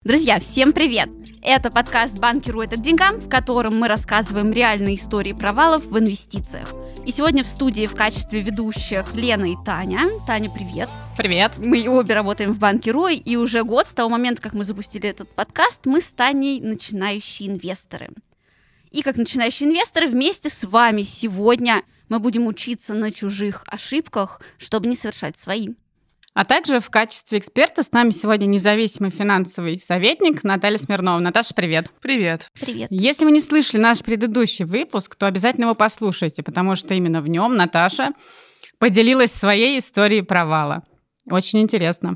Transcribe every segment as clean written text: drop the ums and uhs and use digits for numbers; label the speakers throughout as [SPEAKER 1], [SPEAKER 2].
[SPEAKER 1] Друзья, всем привет! Это подкаст «Банкиру это к деньгам», в котором мы рассказываем реальные истории провалов в инвестициях. И сегодня в студии в качестве ведущих Лена и Таня. Таня, привет!
[SPEAKER 2] Привет!
[SPEAKER 1] Мы обе работаем в «Банкиру», и уже год с того момента, как мы запустили этот подкаст, мы с Таней начинающие инвесторы. И как начинающие инвесторы вместе с вами сегодня мы будем учиться на чужих ошибках, чтобы не совершать свои.
[SPEAKER 2] А также в качестве эксперта с нами сегодня независимый финансовый советник Наталья Смирнова. Наташа, привет.
[SPEAKER 3] Привет.
[SPEAKER 1] Привет.
[SPEAKER 2] Если вы не слышали наш предыдущий выпуск, то обязательно его послушайте, потому что именно в нем Наташа поделилась своей историей провала. Очень интересно.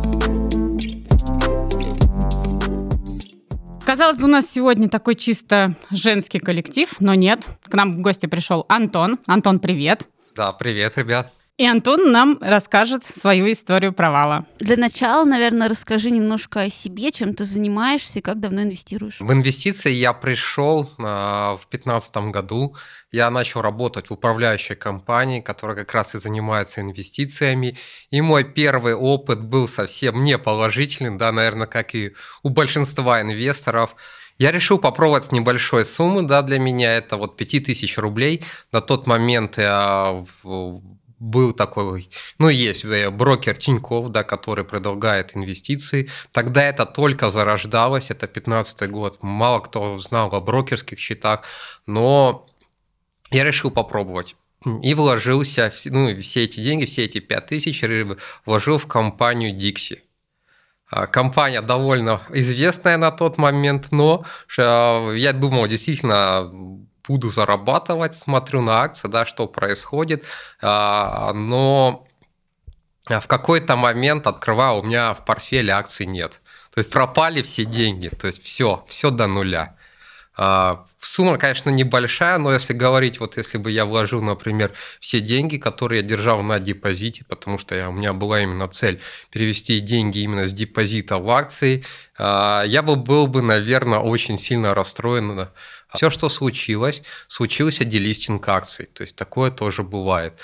[SPEAKER 2] Казалось бы, у нас сегодня такой чисто женский коллектив, но нет. К нам в гости пришел Антон. Антон, привет.
[SPEAKER 4] Да, привет, ребят.
[SPEAKER 2] И Антон нам расскажет свою историю провала.
[SPEAKER 1] Для начала, наверное, расскажи немножко о себе, чем ты занимаешься и как давно инвестируешь.
[SPEAKER 4] В инвестиции я пришел в 2015 году. Я начал работать в управляющей компании, которая как раз и занимается инвестициями. И мой первый опыт был совсем не положительный, да, наверное, как и у большинства инвесторов. Я решил попробовать с небольшой суммы, да, для меня это вот 5000 рублей. На тот момент я был такой, есть брокер Тинькофф, да, который предлагает инвестиции. Тогда это только зарождалось, это 2015 год. Мало кто знал о брокерских счетах, но я решил попробовать. И вложился, все эти деньги, все эти 5000 вложил в компанию Dixie. Компания довольно известная на тот момент, но я думал, действительно, буду зарабатывать, смотрю на акции, да, что происходит, но в какой-то момент открываю, у меня в портфеле акций нет. То есть пропали все деньги, то есть все до нуля. Сумма, конечно, небольшая, но если говорить, вот если бы я вложил, например, все деньги, которые я держал на депозите, потому что у меня была именно цель перевести деньги именно с депозита в акции, я был бы, наверное, очень сильно расстроен. Все, что случился делистинг акций, то есть такое тоже бывает.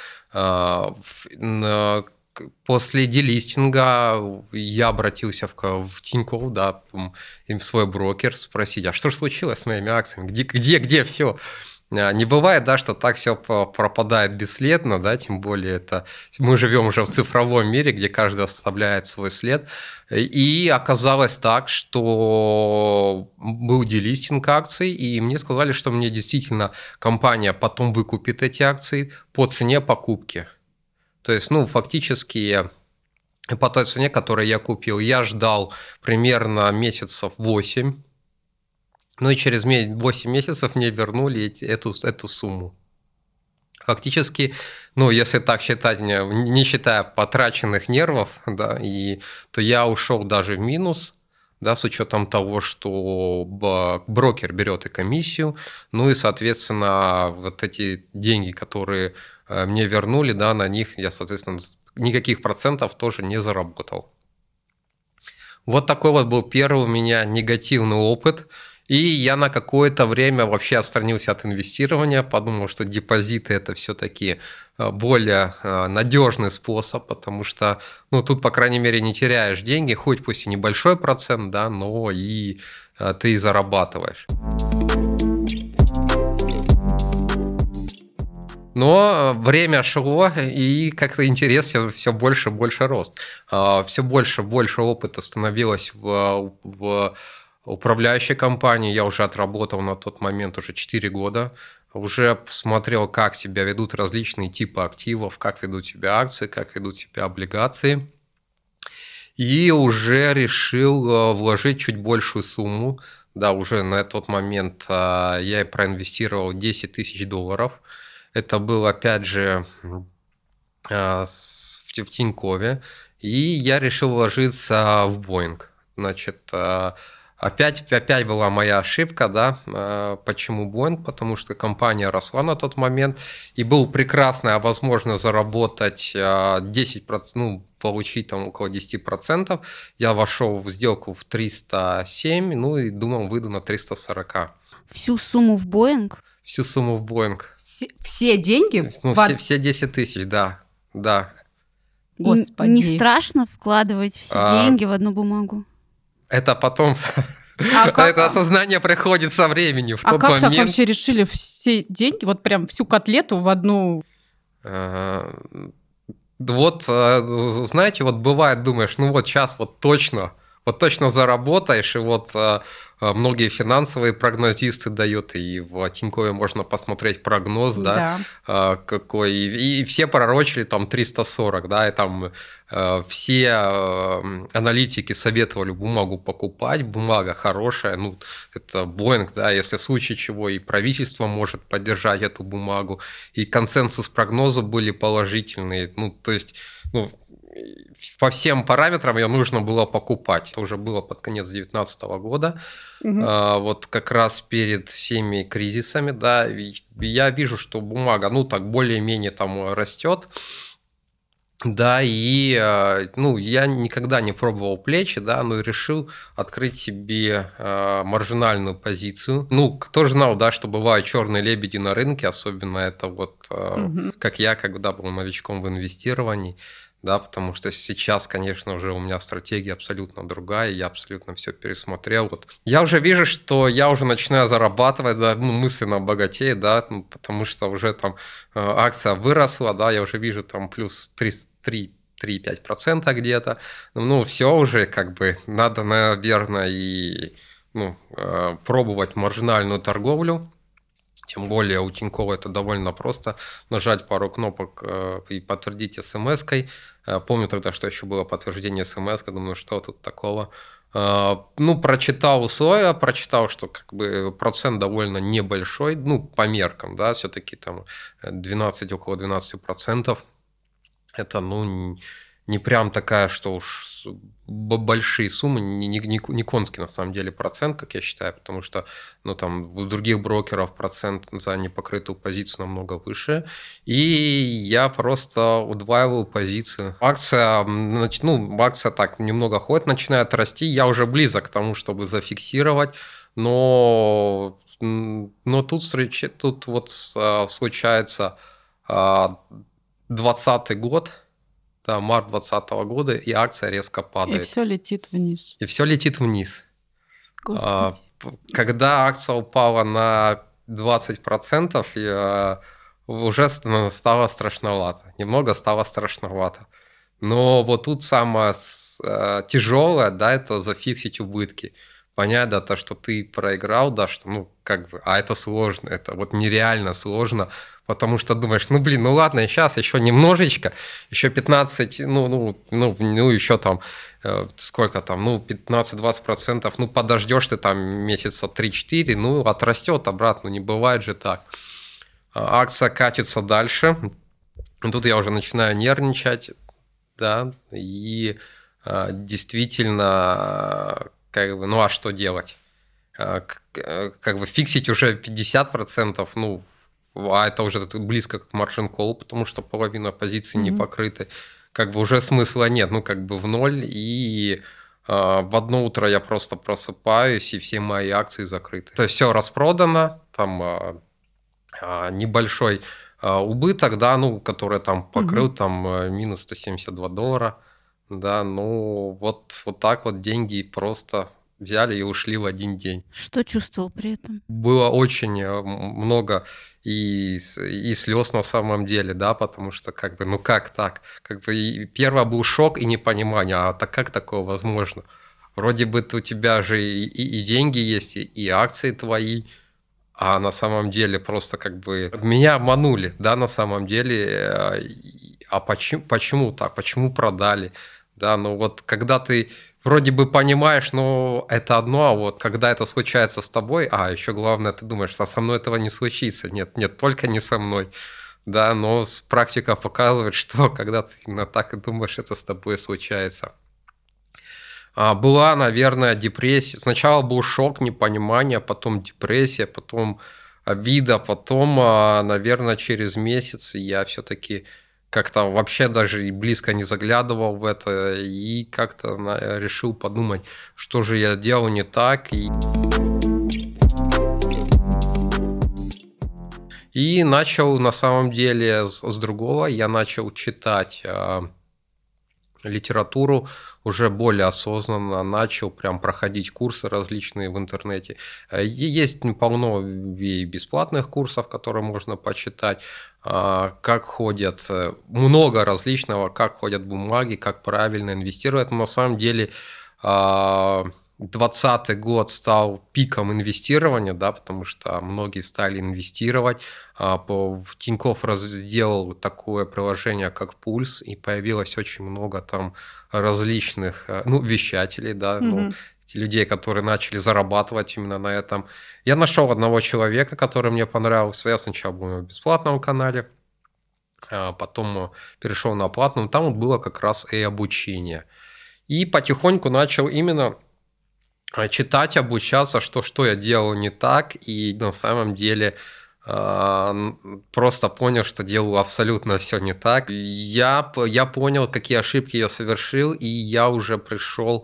[SPEAKER 4] После делистинга я обратился в Тинькофф, да, в свой брокер, спросить, а что же случилось с моими акциями, где все? Не бывает, да, что так все пропадает бесследно, да, тем более мы живем уже в цифровом мире, где каждый оставляет свой след. И оказалось так, что был делистинг акций, и мне сказали, что мне действительно компания потом выкупит эти акции по цене покупки. То есть, фактически по той цене, которую я купил, я ждал примерно месяцев 8. И через 8 месяцев мне вернули эту сумму. Фактически, если так считать, не считая потраченных нервов, да, то я ушел даже в минус, да, с учетом того, что брокер берет и комиссию, и, соответственно, вот эти деньги, которые мне вернули, да, на них я, соответственно, никаких процентов тоже не заработал. Вот такой вот был первый у меня негативный опыт. И я на какое-то время вообще отстранился от инвестирования, подумал, что депозиты – это все-таки более надежный способ, потому что тут, по крайней мере, не теряешь деньги, хоть пусть и небольшой процент, да, но и ты зарабатываешь. Но время шло, и как-то интерес все больше и больше рос. Все больше и больше опыта становилось в управляющей компании. Я уже отработал на тот момент уже 4 года. Уже посмотрел, как себя ведут различные типы активов, как ведут себя акции, как ведут себя облигации. И уже решил вложить чуть большую сумму. Да, уже на тот момент я проинвестировал $10 000. Это был, опять же, в Тинькове. И я решил вложиться в Boeing. Значит, опять была моя ошибка, да. Почему Boeing? Потому что компания росла на тот момент, и была прекрасная возможность заработать 10%, получить там около 10%. Я вошел в сделку в 307, и думал, выйду на 340.
[SPEAKER 1] Всю сумму в Boeing?
[SPEAKER 4] Всю сумму в Boeing.
[SPEAKER 2] Все деньги?
[SPEAKER 4] Все 10 000, да.
[SPEAKER 2] Господи.
[SPEAKER 1] Не страшно вкладывать все деньги в одну бумагу?
[SPEAKER 4] Это потом... Это осознание приходит со временем. В тот
[SPEAKER 2] как
[SPEAKER 4] момент...
[SPEAKER 2] так вообще решили все деньги, вот прям всю котлету в одну...
[SPEAKER 4] Вот, знаете, вот бывает, думаешь, ну вот сейчас вот точно заработаешь, и вот многие финансовые прогнозисты дают, и в Тинькове можно посмотреть прогноз, да, какой, и все пророчили там 340, да, и там все аналитики советовали бумагу покупать, бумага хорошая, ну, это Boeing, да, если в случае чего и правительство может поддержать эту бумагу, и консенсус прогнозов были положительные, ну, то есть, ну, по всем параметрам ее нужно было покупать. Это уже было под конец 2019 года, вот как раз перед всеми кризисами, да, я вижу, что бумага, ну, так более-менее там растет, да, и, ну, я никогда не пробовал плечи, да, но решил открыть себе маржинальную позицию. Ну, кто же знал, да, что бывают черные лебеди на рынке, особенно это вот, как я, когда был новичком в инвестировании, да, потому что сейчас, конечно, уже у меня стратегия абсолютно другая, я абсолютно все пересмотрел. Вот. Я уже вижу, что я уже начинаю зарабатывать, да, ну, мысленно богатею, да, ну, потому что уже там акция выросла, да, я уже вижу там плюс 3-5% где-то. Ну, все уже как бы надо, наверное, и пробовать маржинальную торговлю. Тем более у Тинькова это довольно просто. Нажать пару кнопок и подтвердить смс-кой. Помню тогда, что еще было подтверждение смс-кой. Думаю, что тут такого. Ну, прочитал условия, прочитал, что как бы процент довольно небольшой, ну, по меркам, да, все-таки там 12, около 12%. Это, ну, не прям такая, что уж большие суммы, не конский на самом деле процент, как я считаю, потому что, ну, там у других брокеров процент за непокрытую позицию намного выше, и я просто удваиваю позицию. Акция, акция так немного ходит, начинает расти, я уже близок к тому, чтобы зафиксировать, но тут вот случается 2020 год, да, март 2020 года, и акция резко падает.
[SPEAKER 2] И все летит вниз.
[SPEAKER 4] Господи. Когда акция упала на 20%, уже стало страшновато. Немного стало страшновато. Но вот тут самое тяжелое, да, это зафиксить убытки. Понять, да, то, что ты проиграл, да, что, ну, как бы, а это сложно, это вот нереально сложно, потому что думаешь, ну, блин, ну, ладно, сейчас еще немножечко, еще 15, еще там, сколько там, 15-20%, ну, подождешь ты там месяца 3-4, ну, отрастет обратно, не бывает же так. Акция катится дальше, тут я уже начинаю нервничать, да, и действительно... Как бы, ну а что делать? Как бы фиксить уже 50%, ну, а это уже близко к маржин колл, потому что половина позиций не покрыты. Как бы уже смысла нет, ну как бы в ноль, и в одно утро я просто просыпаюсь, и все мои акции закрыты. То есть все распродано, там небольшой убыток, да, ну, который там покрыл, там минус $172. Да, ну вот так вот деньги просто взяли и ушли в один день.
[SPEAKER 1] Что чувствовал при этом?
[SPEAKER 4] Было очень много и слез на самом деле, да, потому что как бы, ну как так? Как бы первый был шок и непонимание, а так как такое возможно? Вроде бы у тебя же и деньги есть, и акции твои, а на самом деле просто как бы меня обманули, да, на самом деле. А почему так? Почему продали? Да, ну вот когда ты вроде бы понимаешь, но это одно, а вот когда это случается с тобой, а еще главное, ты думаешь, а со мной этого не случится. Нет, только не со мной. Да, но практика показывает, что когда ты именно так и думаешь, это с тобой случается. Была, наверное, депрессия. Сначала был шок, непонимание, потом депрессия, потом обида, потом, наверное, через месяц я все-таки как-то вообще даже и близко не заглядывал в это и как-то решил подумать, что же я делал не так. И начал на самом деле с другого. Я начал читать литературу, уже более осознанно начал прям проходить курсы различные в интернете. Есть полно и бесплатных курсов, которые можно почитать, как ходят, много различного, как ходят бумаги, как правильно инвестировать. Но на самом деле 2020 год стал пиком инвестирования, да, потому что многие стали инвестировать. В Тинькофф сделал такое приложение, как Пульс, и появилось очень много там различных, вещателей, да, людей, которые начали зарабатывать именно на этом. Я нашел одного человека, который мне понравился. Я сначала был на бесплатном канале, потом перешел на платном. Там было как раз и обучение. И потихоньку начал именно читать, обучаться, что я делал не так, и на самом деле просто понял, что делаю абсолютно все не так. Я понял, какие ошибки я совершил, и я уже пришел,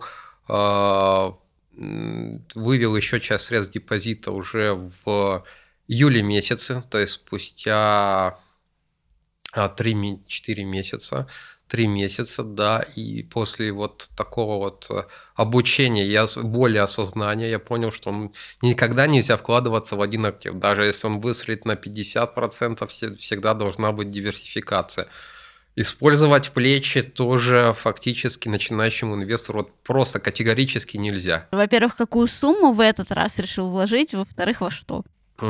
[SPEAKER 4] вывел еще часть средств депозита уже в июле месяце, то есть спустя 3-4 месяца. 3 месяца, да, и после вот такого вот обучения, более осознания, я понял, что никогда нельзя вкладываться в один актив. Даже если он выстрелит на 50%, всегда должна быть диверсификация. Использовать плечи тоже фактически начинающему инвестору просто категорически нельзя.
[SPEAKER 1] Во-первых, какую сумму в этот раз решил вложить? Во-вторых, во что?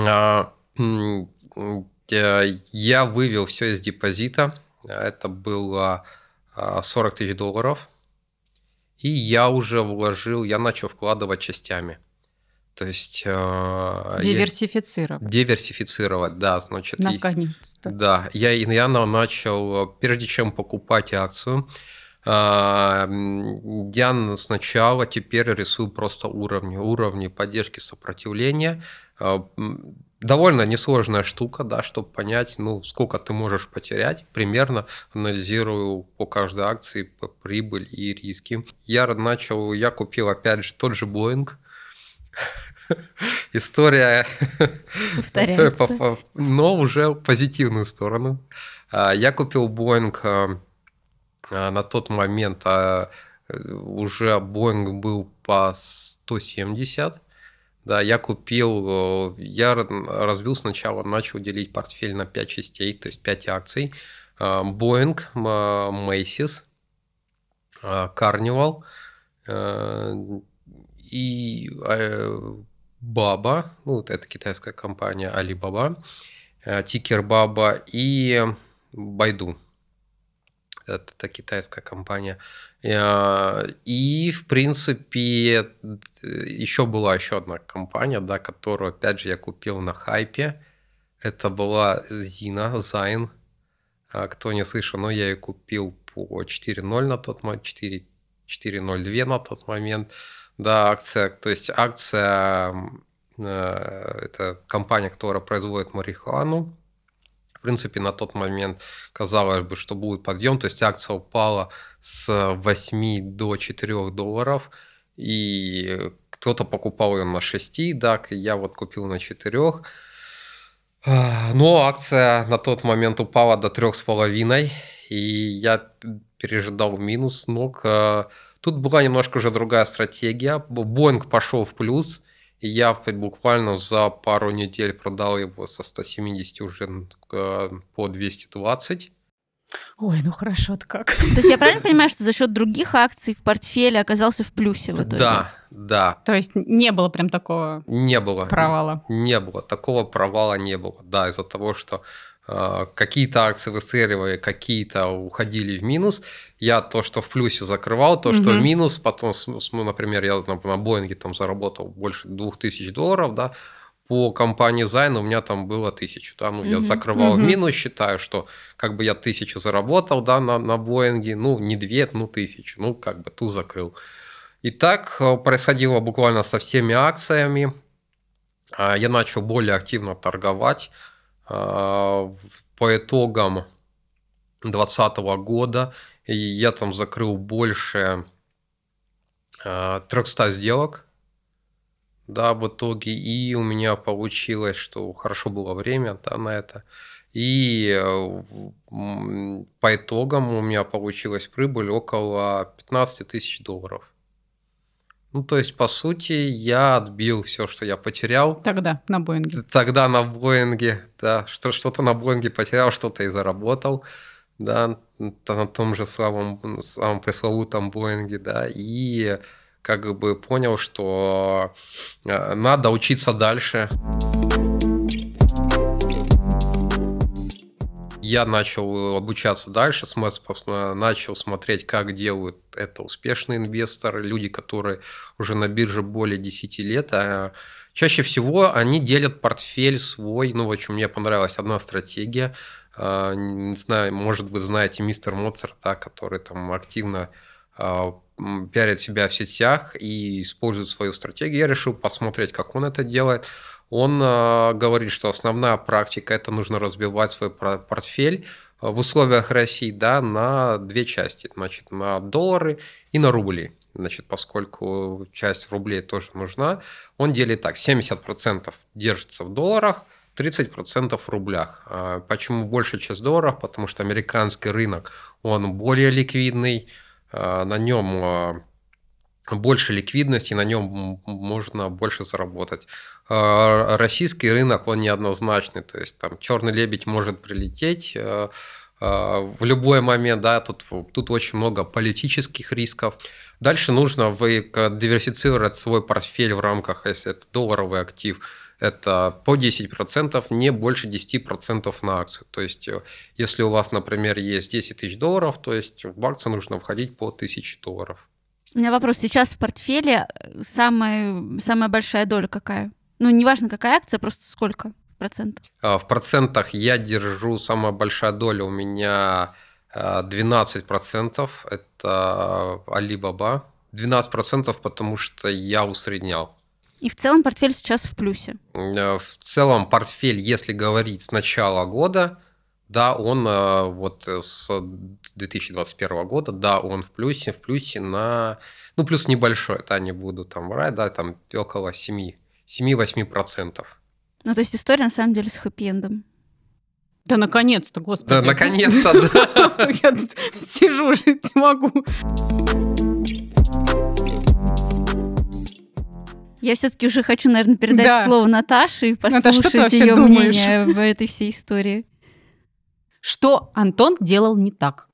[SPEAKER 4] Я вывел все из депозита. Это было $40 000. И я уже я начал вкладывать частями. То есть...
[SPEAKER 2] Диверсифицировать.
[SPEAKER 4] Диверсифицировать, да. Значит,
[SPEAKER 2] наконец-то.
[SPEAKER 4] Да, я начал, прежде чем покупать акцию, я сначала теперь рисую просто уровни поддержки, сопротивления. Довольно несложная штука, да, чтобы понять, сколько ты можешь потерять. Примерно анализирую по каждой акции прибыль и риски. Я купил опять же тот же Boeing. История
[SPEAKER 1] повторяется,
[SPEAKER 4] но уже в позитивную сторону. Я купил Boeing на тот момент, уже Boeing был по 170. Да, я разбил сначала, начал делить портфель на 5 частей, то есть 5 акций. Boeing, Macy's, Carnival и Baba, это китайская компания Alibaba, тикер Baba и Baidu. Это китайская компания. И, в принципе, была еще одна компания, да, которую, опять же, я купил на хайпе. Это была Zine. Кто не слышал, я ее купил по 4.0 на тот момент, 4.02 на тот момент. Да, акция, это компания, которая производит марихуану. В принципе, на тот момент казалось бы, что будет подъем, то есть акция упала с 8 до $4, и кто-то покупал ее на 6, да, я вот купил на 4. Но акция на тот момент упала до 3,5, и я пережидал минус, но тут была немножко уже другая стратегия. Boeing пошел в плюс, и я буквально за пару недель продал его со 170 уже по 220.
[SPEAKER 2] Ой, хорошо-то как.
[SPEAKER 1] То есть я правильно понимаю, что за счет других акций в портфеле оказался в плюсе в итоге?
[SPEAKER 4] Да.
[SPEAKER 2] То есть не было прям такого провала?
[SPEAKER 4] Не было. Такого провала не было. Да, из-за того, что какие-то акции выстреливали, какие-то уходили в минус. Я то, что в плюсе закрывал, то, что в минус. Потом, например, я на Боинге там заработал больше $2000, да. По компании Zine у меня там было 1000. Да? Я закрывал в минус, считаю, что как бы я 1000 заработал, да, на Боинге. Не 2, 1000. Ту закрыл. И так происходило буквально со всеми акциями. Я начал более активно торговать. По итогам 2020 года я там закрыл больше 300 сделок, да, в итоге, и у меня получилось, что хорошо было время, да, на это, И по итогам у меня получилась прибыль около $15 тысяч. Ну, то есть, по сути, я отбил все, что я потерял.
[SPEAKER 2] Тогда на Боинге.
[SPEAKER 4] Тогда на Боинге, да, что-то на Боинге потерял, что-то и заработал, да, на том же самом пресловутом Боинге, да, и как бы понял, что надо учиться дальше. Я начал обучаться дальше, начал смотреть, как делают это успешные инвесторы, люди, которые уже на бирже более 10 лет. Чаще всего они делят портфель свой. Ну, в общем, мне понравилась одна стратегия. Не знаю, может быть, знаете, мистер Моцарт, да, который там активно пиарит себя в сетях и использует свою стратегию. Я решил посмотреть, как он это делает. Он говорит, что основная практика – это нужно разбивать свой портфель в условиях России, да, на две части, значит, на доллары и на рубли. Значит, поскольку часть рублей тоже нужна, он делит так: 70% держится в долларах, 30% в рублях. Почему большая часть долларов? Потому что американский рынок, он более ликвидный, на нем больше ликвидности, на нем можно больше заработать. Российский рынок, он неоднозначный, то есть там черный лебедь может прилететь в любой момент, да, тут очень много политических рисков. Дальше нужно диверсифицировать свой портфель в рамках, если это долларовый актив, это по 10%, не больше 10% на акцию. То есть, если у вас, например, есть 10 тысяч долларов, то есть в акцию нужно входить по $1000.
[SPEAKER 1] У меня вопрос. Сейчас в портфеле самая большая доля какая? Ну, неважно, какая акция, просто сколько в процентах?
[SPEAKER 4] В процентах я держу, самая большая доля у меня 12%. Это Alibaba. 12%, потому что я усреднял.
[SPEAKER 1] И в целом портфель сейчас в плюсе?
[SPEAKER 4] В целом портфель, если говорить с начала года, да, он вот с 2021 года, да, он в плюсе на, ну, плюс небольшой, да, не буду там врать, да, там около 7-8%.
[SPEAKER 1] Ну, то есть история на самом деле с хэппи-эндом.
[SPEAKER 2] Да, наконец-то, господи.
[SPEAKER 4] Да, наконец-то, да.
[SPEAKER 2] Я тут сижу, жить не могу.
[SPEAKER 1] Я все-таки уже хочу, наверное, передать слово Наташе и послушать ее мнение в этой всей истории.
[SPEAKER 2] Что Антон делал не так?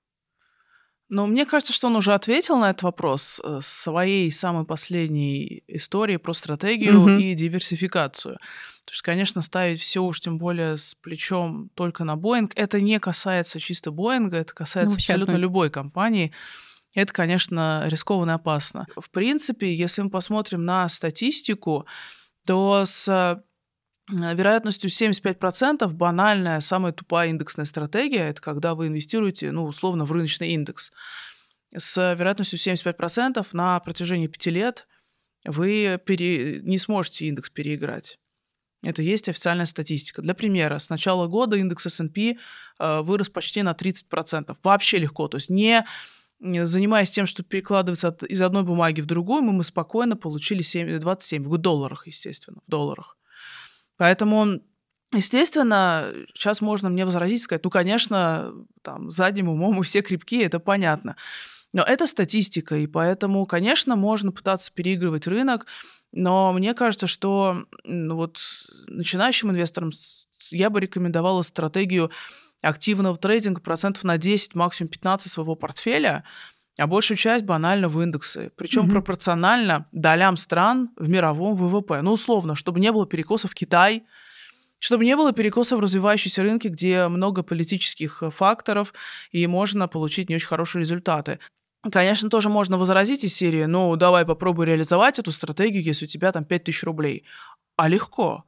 [SPEAKER 3] Ну, мне кажется, что он уже ответил на этот вопрос своей самой последней истории про стратегию и диверсификацию. То есть, конечно, ставить все уж тем более с плечом только на Боинг, это не касается чисто Боинга, это касается абсолютно любой компании. Это, конечно, рискованно и опасно. В принципе, если мы посмотрим на статистику, то с вероятностью 75% банальная, самая тупая индексная стратегия – это когда вы инвестируете, ну, условно, в рыночный индекс. С вероятностью 75% на протяжении 5 лет вы не сможете индекс переиграть. Это есть официальная статистика. Для примера, с начала года индекс S&P вырос почти на 30%. Вообще легко. То есть не занимаясь тем, что перекладывается из одной бумаги в другую, мы спокойно получили 27 в долларах, естественно, в долларах. Поэтому, естественно, сейчас можно мне возразить и сказать, ну, конечно, там, задним умом мы все крепкие, это понятно. Но это статистика, и поэтому, конечно, можно пытаться переигрывать рынок, но мне кажется, что вот начинающим инвесторам я бы рекомендовала стратегию активного трейдинга процентов на 10, максимум 15 своего портфеля, а большую часть банально в индексы. Причем пропорционально долям стран в мировом ВВП. Ну, условно, чтобы не было перекосов в Китай, чтобы не было перекосов в развивающиеся рынки, где много политических факторов, и можно получить не очень хорошие результаты. Конечно, тоже можно возразить из серии, ну, давай попробуй реализовать эту стратегию, если у тебя там 5000 рублей. А легко.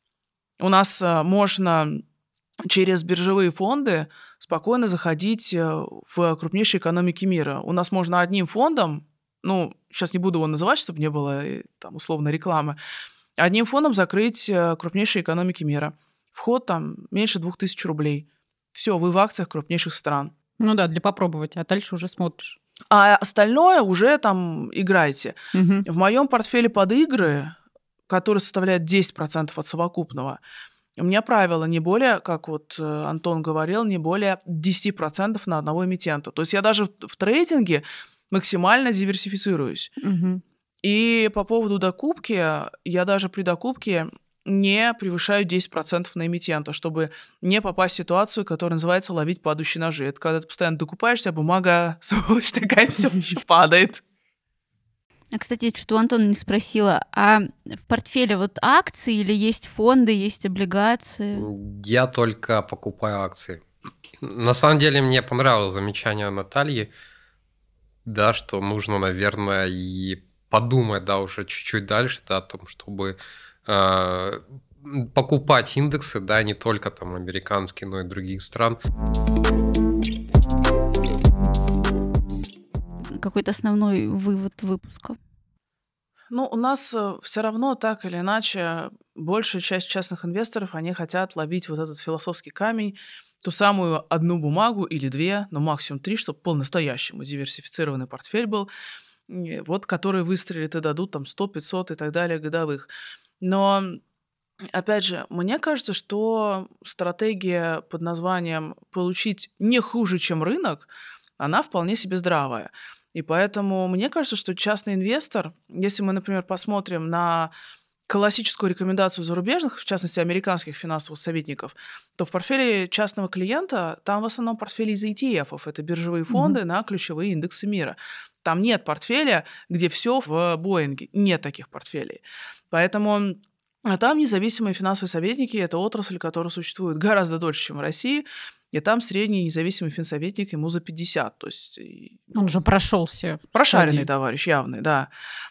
[SPEAKER 3] У нас можно через биржевые фонды спокойно заходить в крупнейшие экономики мира. У нас можно одним фондом, ну, сейчас не буду его называть, чтобы не было там условно рекламы, одним фондом закрыть крупнейшие экономики мира. Вход там меньше 2000 рублей. Все, вы в акциях крупнейших стран.
[SPEAKER 2] Ну да, для попробовать, а дальше уже смотришь.
[SPEAKER 3] А остальное уже там играйте. В моем портфеле под игры, который составляет 10% от совокупного, У меня правило не более, как вот Антон говорил, не более 10% на одного эмитента. То есть я даже в трейдинге максимально диверсифицируюсь.
[SPEAKER 2] Мгм.
[SPEAKER 3] И по поводу докупки, я даже при докупке не превышаю 10% на эмитента, чтобы не попасть в ситуацию, которая называется ловить падающие ножи. Это когда ты постоянно докупаешься, а бумага, сволочь такая, все еще падает.
[SPEAKER 1] А, кстати, я что-то у Антона не спросила. А в портфеле вот акции или есть фонды, есть облигации?
[SPEAKER 4] Я только покупаю акции. На самом деле мне понравилось замечание Натальи, да, что нужно, наверное, и подумать, да, уже чуть-чуть дальше, да, о том, чтобы покупать индексы, да, не только там американские, но и других стран.
[SPEAKER 1] Какой-то основной вывод выпуска?
[SPEAKER 3] Ну, у нас все равно так или иначе большая часть частных инвесторов, они хотят ловить вот этот философский камень, ту самую одну бумагу или две, но максимум 3, чтобы по-настоящему диверсифицированный портфель был, вот которые выстрелят и дадут там 100, 500 и так далее годовых. Но, опять же, мне кажется, что стратегия под названием «получить не хуже, чем рынок», она вполне себе здравая. И поэтому мне кажется, что частный инвестор, если мы, например, посмотрим на классическую рекомендацию зарубежных, в частности, американских финансовых советников, то в портфеле частного клиента там в основном портфели из ETF-ов, это биржевые фонды на ключевые индексы мира. Там нет портфеля, где все в Боинге. Нет таких портфелей. Поэтому там независимые финансовые советники – это отрасль, которая существует гораздо дольше, чем в России. И там средний независимый финсоветник ему за 50. То есть
[SPEAKER 2] Он уже прошел все.
[SPEAKER 3] прошаренный товарищ, явный, да.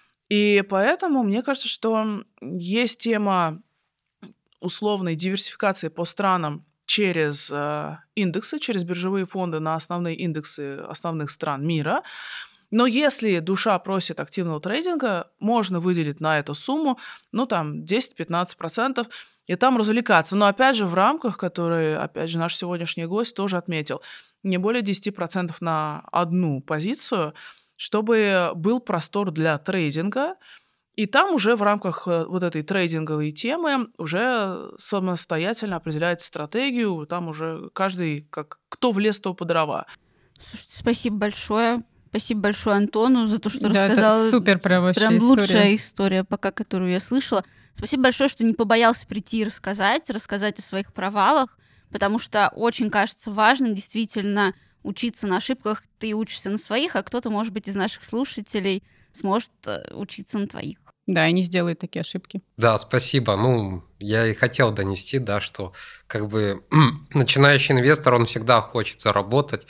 [SPEAKER 3] И поэтому мне кажется, что есть тема условной диверсификации по странам через индексы, через биржевые фонды на основные индексы основных стран мира. Но если душа просит активного трейдинга, можно выделить на эту сумму, ну, там, 10-15%, и там развлекаться. Но, опять же, в рамках, которые, опять же, наш сегодняшний гость тоже отметил, не более 10% на одну позицию, чтобы был простор для трейдинга, и там уже в рамках вот этой трейдинговой темы уже самостоятельно определяет стратегию, там уже каждый, как кто в лес, то по дрова.
[SPEAKER 1] Слушайте, спасибо большое. Спасибо большое Антону за то, что
[SPEAKER 2] Да,
[SPEAKER 1] рассказал.
[SPEAKER 2] это супер прям вообще
[SPEAKER 1] прям
[SPEAKER 2] история.
[SPEAKER 1] лучшая история, пока которую я слышала. Спасибо большое, что не побоялся прийти и рассказать о своих провалах, потому что очень кажется важным действительно учиться на ошибках. Ты учишься на своих, а кто-то, может быть, из наших слушателей сможет учиться на твоих.
[SPEAKER 2] Да, и не сделает такие ошибки.
[SPEAKER 4] Да, спасибо. Ну, я и хотел донести, да, что как бы начинающий инвестор, он всегда хочет заработать,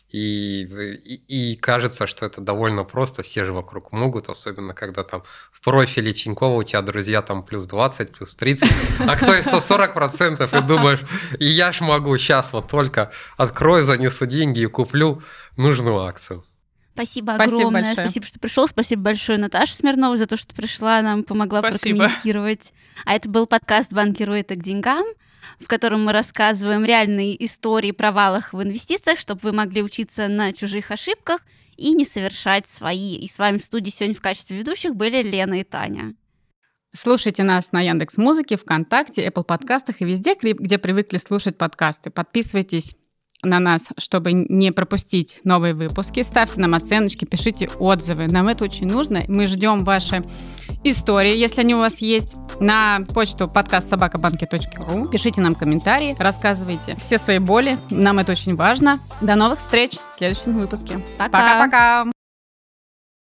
[SPEAKER 4] и кажется, что это довольно просто, все же вокруг могут, особенно когда там в профиле Тинькова у тебя друзья там плюс 20, плюс 30, а кто и 140%, и думаешь, и я ж могу сейчас вот только открою, занесу деньги и куплю нужную акцию.
[SPEAKER 1] Спасибо
[SPEAKER 2] Спасибо
[SPEAKER 1] огромное.
[SPEAKER 2] большое.
[SPEAKER 1] Спасибо, что пришел. Спасибо большое Наташе Смирновой за то, что пришла, нам помогла
[SPEAKER 3] Спасибо.
[SPEAKER 1] прокомментировать. А это был подкаст «Банкируй это к деньгам», в котором мы рассказываем реальные истории провалов в инвестициях, чтобы вы могли учиться на чужих ошибках и не совершать свои. И с вами в студии сегодня в качестве ведущих были Лена и Таня.
[SPEAKER 2] Слушайте нас на Яндекс.Музыке, ВКонтакте, Apple подкастах и везде, где привыкли слушать подкасты. Подписывайтесь на нас, чтобы не пропустить новые выпуски. Ставьте нам оценочки, пишите отзывы. Нам это очень нужно. Мы ждем ваши истории, если они у вас есть, на почту podcast@banki.ru. Пишите нам комментарии, рассказывайте все свои боли. Нам это очень важно. До новых встреч в следующем выпуске.
[SPEAKER 1] Пока.
[SPEAKER 2] Пока-пока.